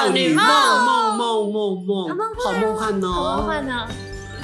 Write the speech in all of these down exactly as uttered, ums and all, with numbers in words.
少女梦梦梦梦梦，好梦幻哦， 好梦幻呢。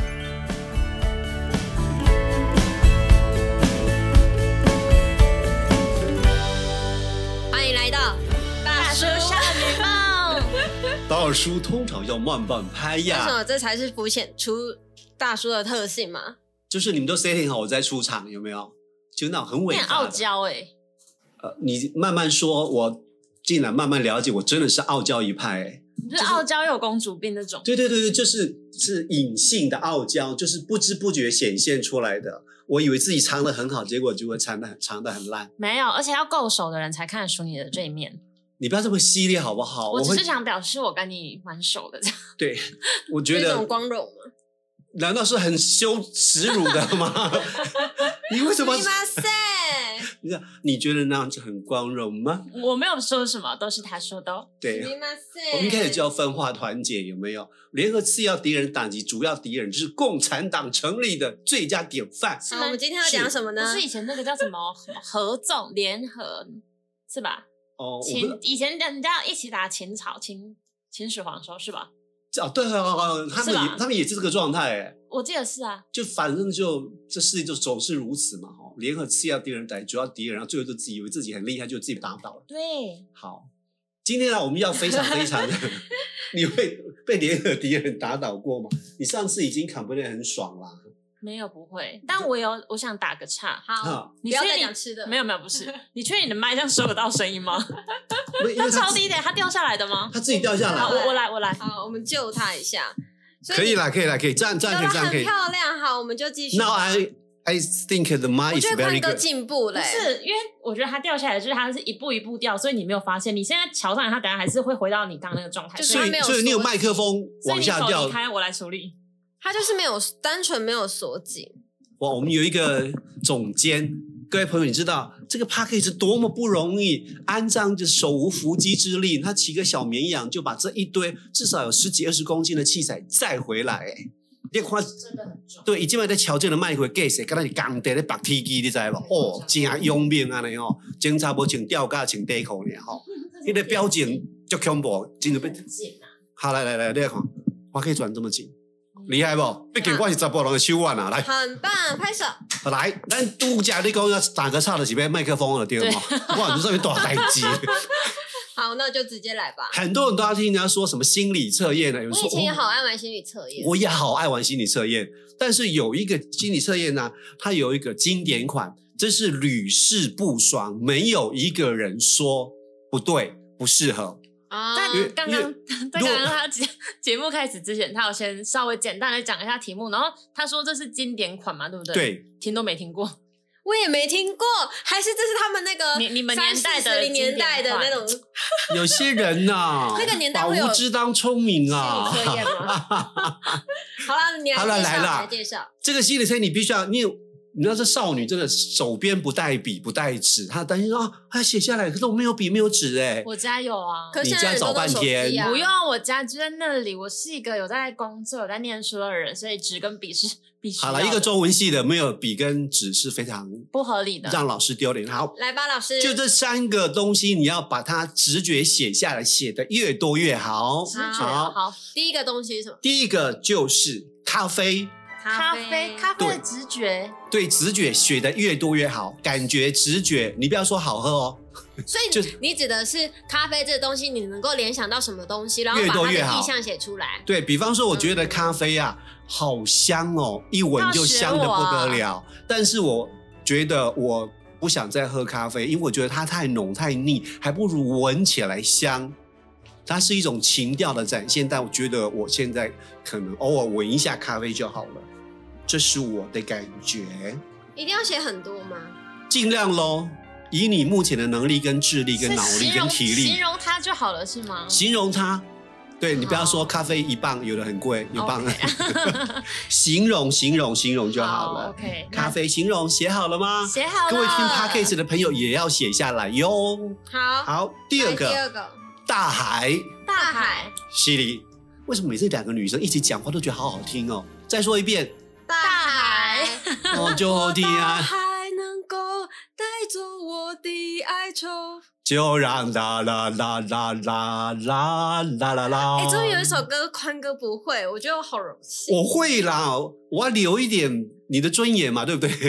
欢迎来到大叔少女梦。 大叔通常要慢半拍呀。 为什么这才是凸显出大叔的特性嘛？ 就是你们都 setting 好我再出场，有没有？就那种很伟大的。 你很傲娇哎、欸。 呃，你慢慢说，我竟然慢慢了解，我真的是傲娇一派哎、欸。 你就是傲娇又有公主病那种。 对对对对，就是是隐性的傲娇，就是不知不觉显现出来的。我以为自己藏得很好，结果就会藏得很藏得很烂。 没有，而且要够熟的人才看得出你的这一面。 你不要这么犀利好不好？ 我只是会想表示我跟你蛮熟的这样。 对，我觉得这种光荣吗？ 难道是很羞耻辱的吗？你为什么？ 你妈塞！ 你你觉得那样子很光荣吗？ 我没有说什么，都是他说的、哦。 对， 你妈塞！ 我们一开始就要分化团结，有没有？联合次要敌人打击主要敌人，就是共产党成立的最佳典范。 好，我们今天要讲什么呢？ 不是以前那个叫什么合纵联合，是吧？ 哦， 秦以前人家一起打秦朝，秦秦始皇的时候是吧？ 哦，对哦，他们也他们也是这个状态哎。 我记得是啊， 就反正就这事情就总是如此嘛，哈，联合次要敌人打主要敌人，然后最后就自己以为自己很厉害，就自己打倒了。 对， 好，今天呢，我们要非常非常的，你会被联合敌人打倒过吗？你上次已经砍不得很爽啦。 没有不会，但我有我想打个岔。 好， 你不要再讲吃的。 没有没有，不是，你确定你的麦这样收得到声音吗？它超低的，它掉下来的吗？ 它自己掉下来。 好，我我来我来。 好，我们救它一下。 可以啦，可以啦，可以，这样这样可以，这样可以。 很漂亮，好，我们就继续。 Now I I think the mic is very good。我觉得宽哥进步了、 欸，不是因为我觉得它掉下来就是它是一步一步掉，所以你没有发现。你现在瞧上来，它等下还是会回到你刚刚那个状态。 所以所以你有麦克风往下掉， 所以你手离开，我来处理。 它就是没有单纯没有锁紧。 哇，我们有一个总监，各位朋友，你知道这个 Podcast 多么不容易，安张着手无缚鸡之力，他骑个小绵羊就把这一堆至少有十几二十公斤的器材载回来，哎，你看， 真的很重。 对，伊今麦在瞧这个麦克架势，敢若是钢铁咧拔铁机，你知无？哦，真用命安尼吼，警察无穿吊架，穿短裤尔吼，迄个表情足恐怖，真的被。好，来来来，你来看，我可以转这么紧。厉害不？毕竟我是查甫人的手腕啊！来， 很棒，拍手。 来，咱拄则你讲要打个岔的是要麦克风了对吗？哇，你这边大代志。 好，那就直接来吧。 很多人都要听人家说什么心理测验呢？有人说我以前也好爱玩心理测验， 我也好爱玩心理测验。但是有一个心理测验呢、啊，它有一个经典款，这是屡试不爽，没有一个人说不对、不适合。 啊！但刚刚在刚刚他节节目开始之前，他有先稍微简单的讲一下题目，然后他说这是经典款嘛，对不对？ 对， 听都没听过， 我也没听过，还是这是他们那个你你们年代的零年代的那种。 有些人呐、啊， 那个年代会有把无知当聪明啊！ 心理测验吗？好了，你来介绍， 好了来了， 来介绍这个心理测验，你必须要你有。你知道这少女真的手边不带笔不带纸，她担心说啊，她写下来，可是我没有笔没有纸哎。 我家有啊， 可是你家找半天， 啊、 不用，我家就在那里。我是一个有在工作、有在念书的人，所以纸跟笔是必须。 好了，一个中文系的没有笔跟纸是非常不合理的， 让老师丢脸。好， 来吧，老师， 就这三个东西，你要把它直觉写下来，写的越多越好。 直觉好。好， 第一个东西是什么？ 第一个就是咖啡。 咖啡，咖啡的直觉， 对，对直觉写的越多越好，感觉直觉，你不要说好喝哦。 所以就你指的是咖啡这个东西，你能够联想到什么东西，然后把它的意象写出来。 对，比方说，我觉得咖啡啊，嗯、好香哦，一闻就香的不得了。啊、但是我觉得我不想再喝咖啡，因为我觉得它太浓太腻，还不如闻起来香。它是一种情调的展现，但我觉得我现在可能偶尔闻一下咖啡就好了。这是我的感觉。 一定要写很多吗？ 尽量咯，以你目前的能力跟智力跟脑力跟体力形容它就好了是吗？ 形容它，对，你不要说咖啡一磅有的很贵，一磅、okay. 形容形容形容就好了。 OK， 咖啡形容写好了吗？ 写好了。 各位听 Podcast 的朋友也要写下来哟。 好， 好，第二个， 第二个， 大海， 大海， 犀利。为什么每次两个女生一起讲话都觉得好好听哦？再说一遍。 大海， 哦，就的啊， 大海能够带走我的哀愁。 就让啦啦啦啦啦啦啦啦啦。 哎，终于有一首歌宽哥不会，我觉得我好荣幸。 我会啦，我要留一点你的尊严嘛，对不对？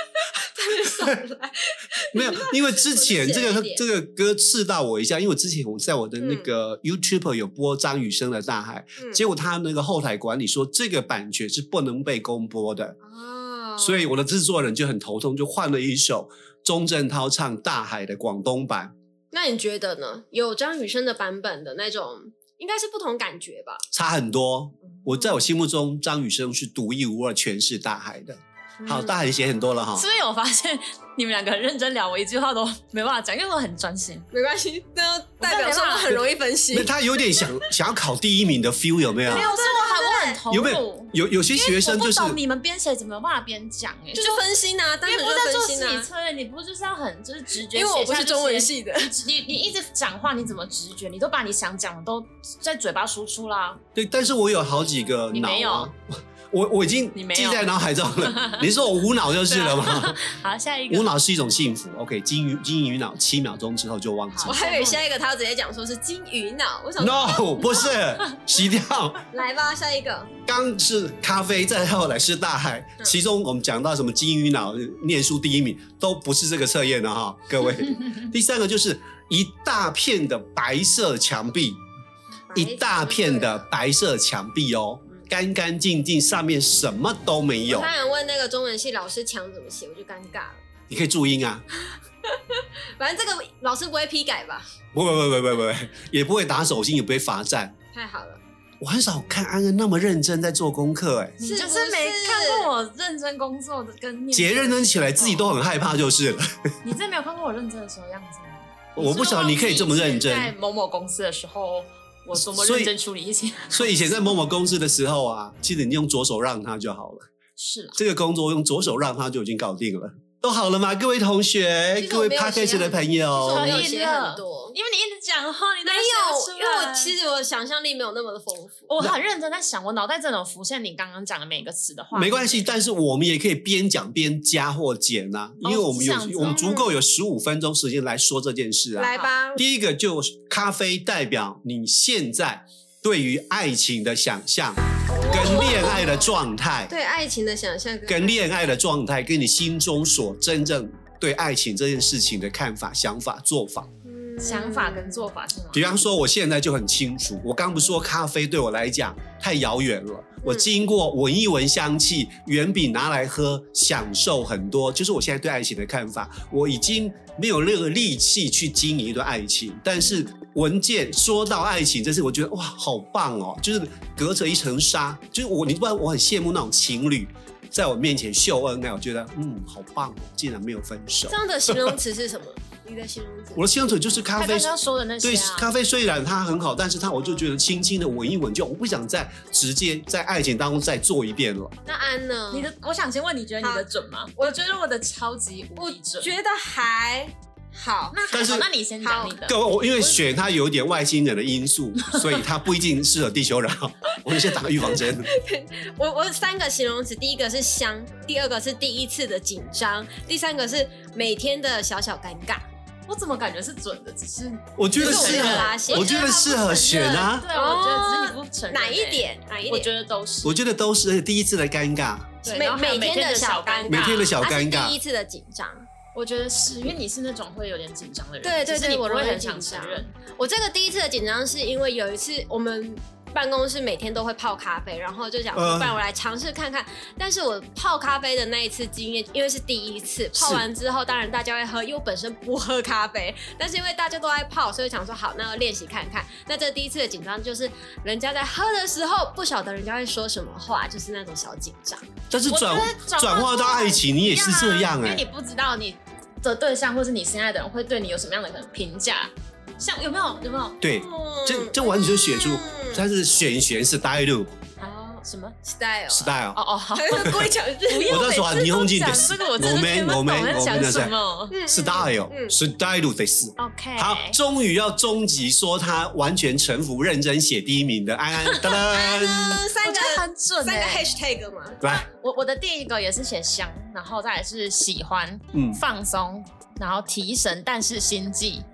没有，因为之前这个这个歌刺到我一下，因为我之前我在我的那个 YouTube 有播张雨生的《大海》，嗯，结果他那个后台管理说这个版权是不能被公播的，哦，所以我的制作人就很头痛，就换了一首钟镇涛唱《大海》的广东版。 那你觉得呢？有张雨生的版本的那种，应该是不同感觉吧？ 差很多。我在我心目中，张雨生是独一无二诠释大海的。好，大海写很多了哈。 是不是有发现你们两个很认真聊，我一句话都没办法讲，因为我很专心。 没关系，那代表说我很容易分析。 他有点想想要考第一名的 feel 有没有？ 没有，是我很我很投入。 有没有？有有些学生就是我不懂你们边写怎么有办法边讲哎， 就是分析啊，单纯就分析啊。因为不在做心理测验， 你不就是要很就是直觉？ 因为我不是中文系的， 你你你一直讲话，你怎么直觉？你都把你想讲的都在嘴巴输出啦。 对，但是我有好几个脑、啊， 你没有。 我我已经记在脑海中了。你说我无脑就是了吗？ 好，下一个。 无脑是一种幸福。OK， 金鱼金鱼脑七秒钟之后就忘记。 我还以为下一个他要直接讲说是金鱼脑，我想 No 不是，洗掉。 来吧，下一个。 刚是咖啡，再后来是大海。嗯、其中我们讲到什么金鱼脑、念书第一名，都不是这个测验的哈，各位。第三个就是一大片的白色墙壁，一大片的白色墙壁哦。干干净净，上面什么都没有。 我差点问那个中文系老师墙怎么写，我就尴尬了。 你可以注音啊。 反正这个老师不会批改吧？ 不会不会不会不会，也不会打手心，也不会罚站。 太好了。 我很少看安安那么认真在做功课，哎， 你就是没看过我认真工作的跟念。 姐认真起来自己都很害怕就是了。 你真没有看过我认真的时候样子吗？ 我不晓得你可以这么认真。 在某某公司的时候。我多么认真处理一些， 所以以前在某某公司的时候啊，其实你用左手让他就好了。 是啦， 这个工作用左手让他就已经搞定了。都好了吗？各位同学，各位 Podcast 的朋友， 我没有写很多， 因为你一直讲话，你没有，因为我其实我想象力没有那么的丰富。 我很认真在想，我脑袋真的有浮现你刚刚讲的每个词的话。 没关系，但是我们也可以边讲边加或减啊，因为我们有、哦、我们足够有十五分钟时间来说这件事啊。 来吧， 第一个就咖啡代表你现在对于爱情的想象。跟恋爱的状态， 对爱情的想象， 跟恋爱的状态，跟你心中所真正对爱情这件事情的看法、想法、做法。 嗯、想法跟做法是吗？ 比方说，我现在就很清楚，我刚不是说咖啡对我来讲太遥远了，嗯、我经过闻一闻香气，远比拿来喝享受很多。就是我现在对爱情的看法，我已经没有任何力气去经营一段爱情，但是。文件说到爱情，这是我觉得哇，好棒哦！就是隔着一层纱，就是我，你不然我很羡慕那种情侣在我面前秀恩爱，我觉得嗯，好棒哦，竟然没有分手。 这样的形容词是什么？你的形容词？ 我的形容词就是咖啡。 他刚刚说的那些、啊， 对，咖啡虽然它很好，但是它我就觉得轻轻的闻一闻就，我不想再直接在爱情当中再做一遍了。 那安呢？ 你的，我想先问你觉得你的准吗？我觉得我的超级无敌准。 我觉得还。好， 那但是那你先讲你的。 各位，我因为选它有点外星人的因素，所以它不一定适合地球人。我们先打个预防针。 我我三个形容词，第一个是香，第二个是第一次的紧张，第三个是每天的小小尴尬。 我怎么感觉是准的？只是我觉得适合，我觉得适合选啊。 对，我觉得只是你不承认。 哪一点？哪一点？ 我觉得都是。 我觉得都是，而且第一次的尴尬， 每每天的小尴尬， 每天的小尴尬，第一次的紧张。 我觉得是因为你是那种会有点紧张的人， 对对对， 我会很想承认。 我这个第一次的紧张是因为有一次我们办公室每天都会泡咖啡，然后就想说，不然我来尝试看看。但是我泡咖啡的那一次经验，因为是第一次，泡完之后，当然大家会喝，因为我本身不喝咖啡，但是因为大家都在泡，所以想说好，那要练习看看。那这第一次的紧张就是，人家在喝的时候，不晓得人家会说什么话，就是那种小紧张。 但是转转化到爱情，你也是这样哎、欸， 因为你不知道你的对象或是你心爱的人会对你有什么样的评价，像有没有有没有？ 对，这这完全就写出它是选选 style。 哦，什么 style style？ 哦哦，好， 故意讲日语。 我在说日本人的这个我真的听不懂在讲什么。 style style 的是 OK。 好，终于要终极说他完全臣服、认真写第一名的安安，噔噔， 三个很准， 三个 hashtag 嘛。 来， 我我的第一个也是写香，然后再来是喜欢、嗯、放松，然后提神，但是心悸。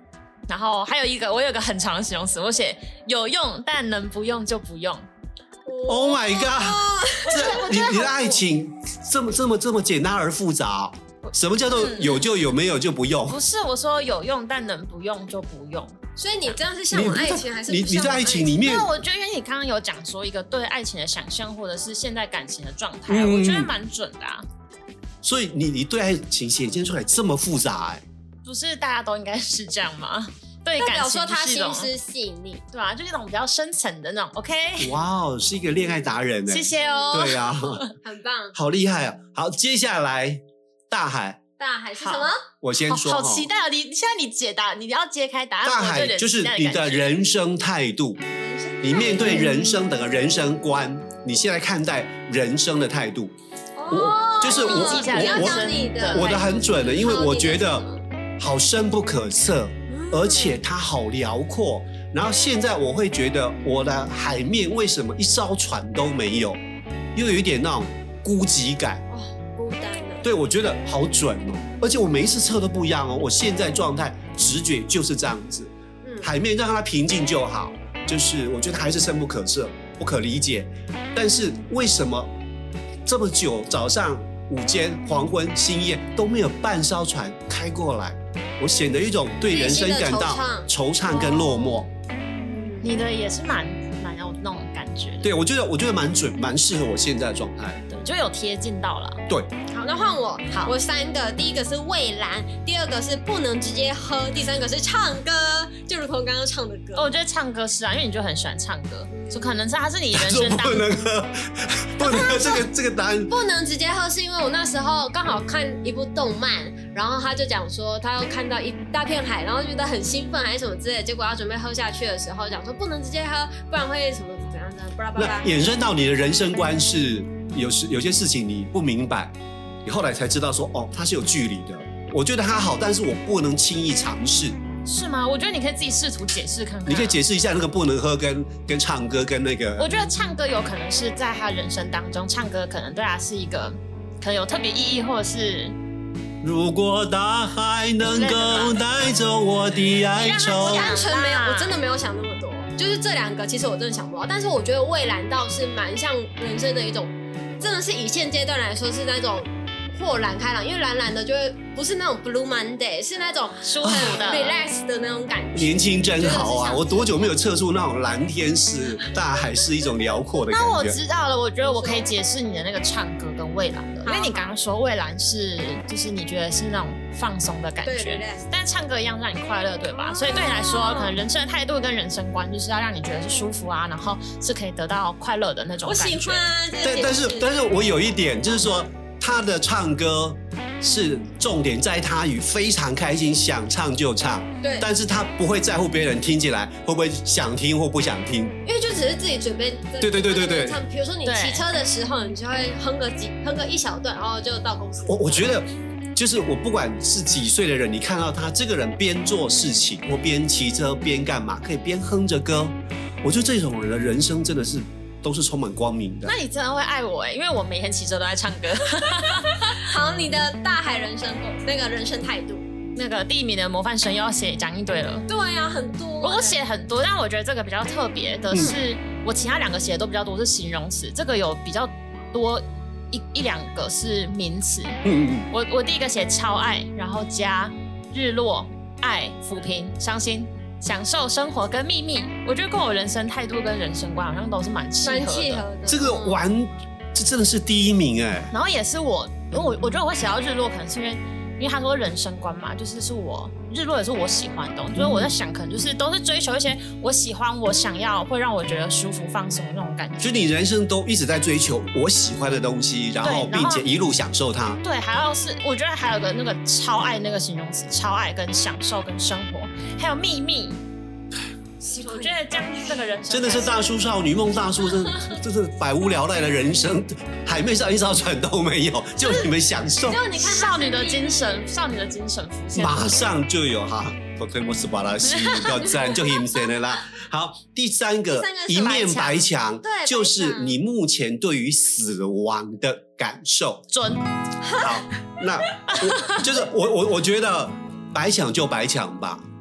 然后还有一个，我有一个很长的形容词，我写有用，但能不用就不用。 Oh my god！ 这你你的爱情这么这么这么简单而复杂？什么叫做有就有，没有就不用？ 不是，我说有用，但能不用就不用。 所以你这样是向往爱情还是不向往爱情？ 你你在爱情里面， 因为我觉得，因为你刚刚有讲说一个对爱情的想象，或者是现在感情的状态，嗯、我觉得蛮准的、啊。所以你你对爱情显现出来这么复杂、欸， 不是大家都应该是这样吗？对感情，代表说他心思细腻， 对吧、啊？就那种比较深层的那种。OK， 哇哦，是一个恋爱达人、欸， 谢谢哦。 对啊， 很棒， 好厉害啊！好，接下来大海。 大海是什么？ 我先说， 好, 好期待哦！你现在你解答，你要揭开答案。 大海就是你的人生态度，你面对人生的人生观，你现在看待人生的态度。 哦， 就是我我我我的很准的，因为我觉得好深不可测，而且它好辽阔。然后现在我会觉得我的海面为什么一艘船都没有，又有一点那种孤寂感。对，我觉得好准哦，而且我每一次测都不一样哦。我现在状态直觉就是这样子，嗯、海面让它平静就好。就是我觉得还是深不可测，不可理解。但是为什么这么久，早上、午间、黄昏、星夜都没有半艘船开过来？我显得一种对人生感到惆怅跟落寞。哦、 你的也是蛮蛮有那种感觉。 对，我觉得我觉得蛮准，蛮适合我现在的状态。 对，就有贴近到了。 对。 好，那换我。 好， 我三个，第一个是蔚蓝，第二个是不能直接喝，第三个是唱歌，就如同刚刚唱的歌。 哦，我觉得唱歌是啊，因为你就很喜欢唱歌，就可能是它是你人生当中不能喝，不能喝这个这个答案。 不能直接喝，是因为我那时候刚好看一部动漫，然后他就讲说他要看到一大片海，然后觉得很兴奋还是什么之类的，结果要准备喝下去的时候，讲说不能直接喝，不然会什么怎样怎样，巴拉巴拉。 那衍生到你的人生观是有时有些事情你不明白。你后来才知道说，哦，它是有距离的。我觉得它好，但是我不能轻易尝试。 是吗？我觉得你可以自己试图解释看看。 你可以解释一下那个不能喝跟跟唱歌跟那个。 我觉得唱歌有可能是在他人生当中，唱歌可能对他是一个可能有特别意义，或者是。 如果大海能够带走我的哀愁。 我单纯没有，我真的没有想那么多。就是这两个，其实我真的想不到。但是我觉得蔚蓝倒是蛮像人生的一种，真的是以现阶段来说是那种。豁然开朗，因为蓝蓝的就会不是那种 Blue Monday， 是那种舒服的、 relax 的那种感觉。 年轻真好啊！我多久没有测出那种蓝天是大海是一种辽阔的感觉？ 那我知道了，我觉得我可以解释你的那个唱歌跟蔚蓝了，因为你刚刚说蔚蓝是就是你觉得是那种放松的感觉，但唱歌一样让你快乐，对吧？所以对你来说，可能人生的态度跟人生观就是要让你觉得是舒服啊，然后是可以得到快乐的那种感觉。 我喜欢， 但但是但是我有一点就是说。他的唱歌是重点在他与非常开心，想唱就唱。 对， 但是他不会在乎别人听起来会不会想听或不想听， 因为就只是自己准备。 对对对对对。 唱，比如说你骑车的时候，你就会哼个几哼个一小段，然后就到公司。 我我觉得，就是我不管是几岁的人，你看到他这个人边做事情或边骑车边干嘛，可以边哼着歌，我觉得这种人的人生真的是。都是充满光明的。 那你真的会爱我哎，因为我每天骑车都在唱歌。 好，你的大海人生那个人生态度， 那个第一名的模范生又要写讲一堆了。 对呀、啊，很多。 我写很多，但我觉得这个比较特别的是，嗯、我其他两个写的都比较多是形容词，这个有比较多一一两个是名词。嗯嗯。我我第一个写超爱，然后加日落、爱、抚平、伤心。享受生活跟秘密，我觉得跟我人生态度跟人生观好像都是蛮契合的。 契合的。 这个玩，这真的是第一名哎。 然后也是我，因为我我觉得我会写到日落，可能是因为因为他说人生观嘛，就是是我日落也是我喜欢的东西，所以我在想，可能就是都是追求一些我喜欢、我想要，会让我觉得舒服、放松的那种感觉。 就你人生都一直在追求我喜欢的东西，然后并且一路享受它。 对，还要是我觉得还有个那个超爱那个形容词，超爱跟享受跟生活，还有秘密。我觉得这样这个人生真的是大叔少女梦大叔，这这是百无聊赖的人生，海面上一艘船都没有，就你们享受。 就你看少女的精神，少女的精神浮现， 马上就有哈。我推莫斯巴拉西，要自然就阴森的啦。好，第三个一面白墙，就是你目前对于死亡的感受。 准。 好，那我就是我我我觉得白墙就白墙吧。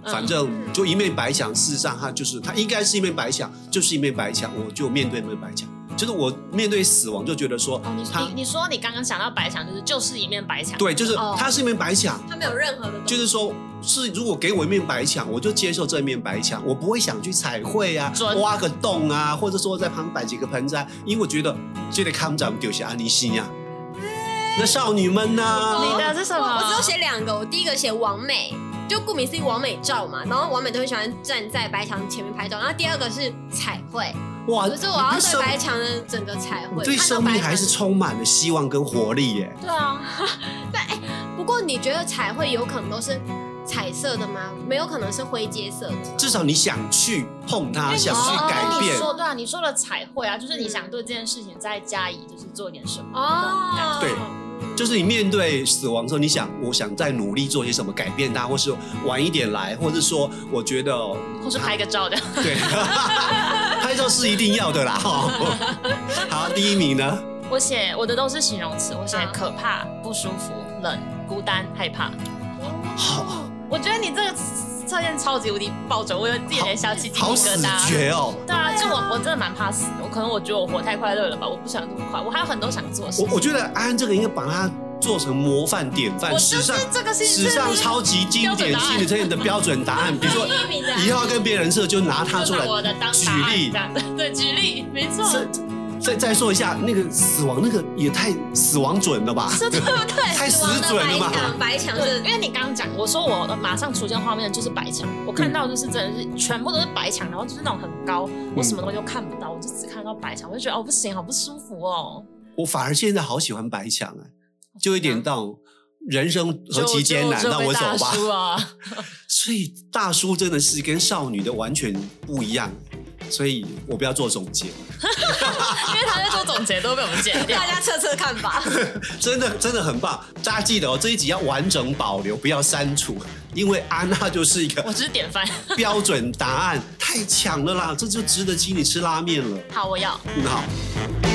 反正就一面白墙。事实上，它就是它应该是一面白墙，就是一面白墙，我就面对那面白墙。就是我面对死亡就觉得说， 哦、你你你说你刚刚想到白墙，就是就是一面白墙。 对，就是它是一面白墙， 它没有任何的。 就是说，是如果给我一面白墙，我就接受这一面白墙，我不会想去彩绘啊，挖个洞啊，或者说在旁边摆几个盆栽，因为我觉得这个看咱们丢下安妮心呀。那少女们呢、啊？ 你的是什么？ 我只有写两个，我第一个写完美。就顾名思义，完美照嘛，然后完美都很喜欢站在白墙前面拍照。然后第二个是彩绘，哇，就是我要对白墙的整个彩绘， 对生命还是充满了希望跟活力耶。 对啊， 对，哎、欸，不过你觉得彩绘有可能都是彩色的吗？没有可能是灰阶色的。 至少你想去碰它，想去改变。 你说对啊，你说的彩绘啊，就是你想对这件事情再加以就是做一点什么哦， 对。就是你面对死亡的时候，你想，我想再努力做些什么改变它，或是晚一点来，或是说，我觉得， 或是拍个照的， 对，拍照是一定要的啦。好，第一名呢？ 我写我的都是形容词，我写可怕、不舒服、冷、孤单、害怕。 好， 我觉得你这个测验超级无敌爆准，我有自己有点小起鸡皮疙瘩。 好死绝哦！ 对啊，就我我真的蛮怕死的，我可能我觉得我活太快乐了吧，我不想那么快，我还有很多想做的事情。 我我觉得安安这个应该把它做成模范典范，史上这个是史上超级经典心理测验的标准答案。比如说以后要跟别人测，就拿它出来举例， 对，举例，没错。 再再说一下，那个死亡那个也太死亡准了吧？ 是对不对？ 太死准了吧？ 白墙是， 因为你刚刚讲，我说我马上出现画面就是白墙，我看到就是真的是全部都是白墙，然后就是那种很高，我什么东西都看不到，我就只看到白墙，我就觉得哦不行，好不舒服哦。 我反而现在好喜欢白墙哎，就一点到人生何其艰难，让我走吧。所以大叔真的是跟少女的完全不一样。所以我不要做总结， 因为他在做总结都被我们剪掉。 大家测测看吧。 真的真的很棒，大家记得哦，这一集要完整保留，不要删除，因为安娜就是一个我只是典范标准答案，太强了啦，这就值得请你吃拉面了。 好，我要。 嗯，好。